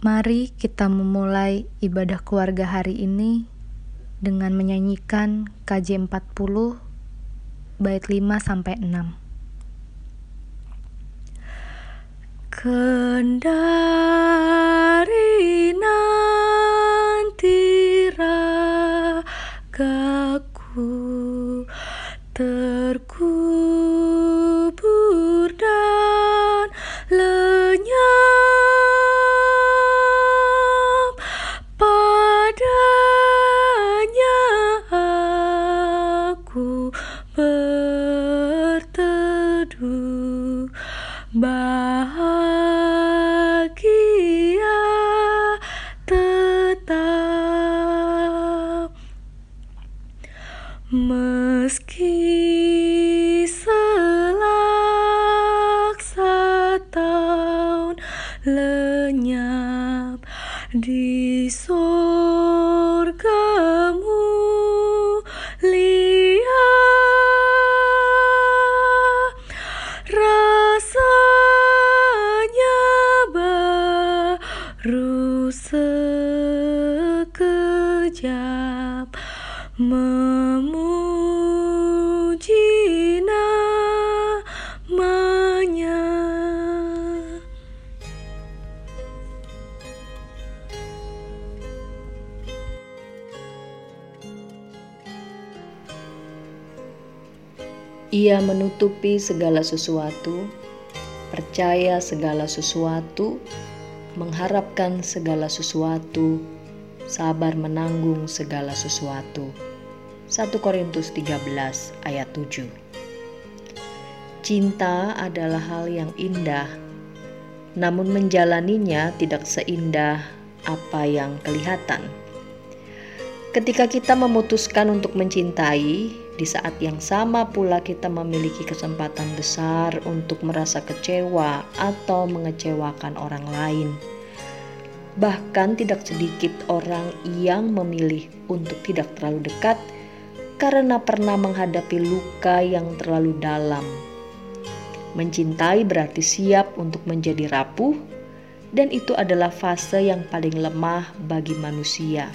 Mari kita memulai ibadah keluarga hari ini dengan menyanyikan KJ 40 bait 5-6. Kendari nanti ragaku terkubur dan lenyap, padanya aku berteduh bahagia tetap, meski selaksa tahun lenyap di sorgamu lia, rasanya baru sekejap memuji namanya. Ia menutupi segala sesuatu, percaya segala sesuatu, mengharapkan segala sesuatu, sabar menanggung segala sesuatu. 1 Korintus 13 ayat 7. Cinta adalah hal yang indah, namun menjalaninya tidak seindah apa yang kelihatan. Ketika kita memutuskan untuk mencintai, di saat yang sama pula kita memiliki kesempatan besar untuk merasa kecewa atau mengecewakan orang lain. Bahkan tidak sedikit orang yang memilih untuk tidak terlalu dekat karena pernah menghadapi luka yang terlalu dalam. Mencintai berarti siap untuk menjadi rapuh, dan itu adalah fase yang paling lemah bagi manusia.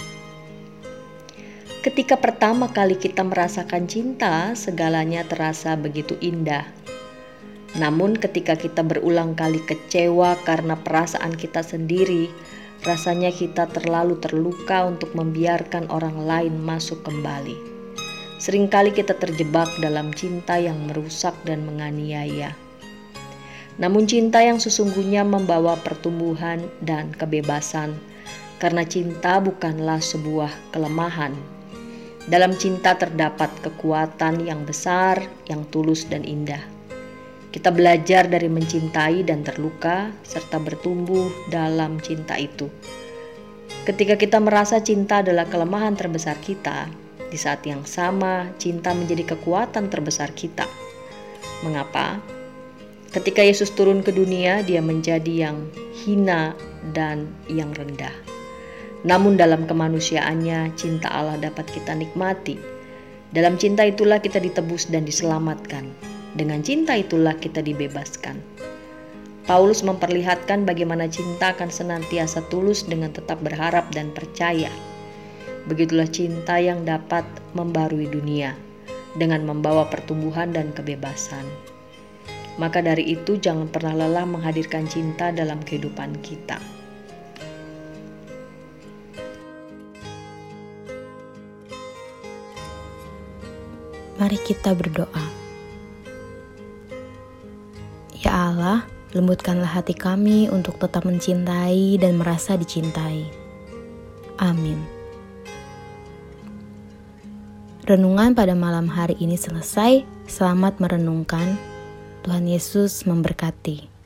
Ketika pertama kali kita merasakan cinta, segalanya terasa begitu indah. Namun ketika kita berulang kali kecewa karena perasaan kita sendiri, rasanya kita terlalu terluka untuk membiarkan orang lain masuk kembali. Seringkali kita terjebak dalam cinta yang merusak dan menganiaya. Namun cinta yang sesungguhnya membawa pertumbuhan dan kebebasan, karena cinta bukanlah sebuah kelemahan. Dalam cinta terdapat kekuatan yang besar, yang tulus dan indah. Kita belajar dari mencintai dan terluka, serta bertumbuh dalam cinta itu. Ketika kita merasa cinta adalah kelemahan terbesar kita, di saat yang sama cinta menjadi kekuatan terbesar kita. Mengapa? Ketika Yesus turun ke dunia, dia menjadi yang hina dan yang rendah. Namun dalam kemanusiaannya, cinta Allah dapat kita nikmati. Dalam cinta itulah kita ditebus dan diselamatkan. Dengan cinta itulah kita dibebaskan. Paulus memperlihatkan bagaimana cinta akan senantiasa tulus dengan tetap berharap dan percaya. Begitulah cinta yang dapat membarui dunia dengan membawa pertumbuhan dan kebebasan. Maka dari itu jangan pernah lelah menghadirkan cinta dalam kehidupan kita. Mari kita berdoa. Ya Allah, lembutkanlah hati kami untuk tetap mencintai dan merasa dicintai. Amin. Renungan pada malam hari ini selesai. Selamat merenungkan. Tuhan Yesus memberkati.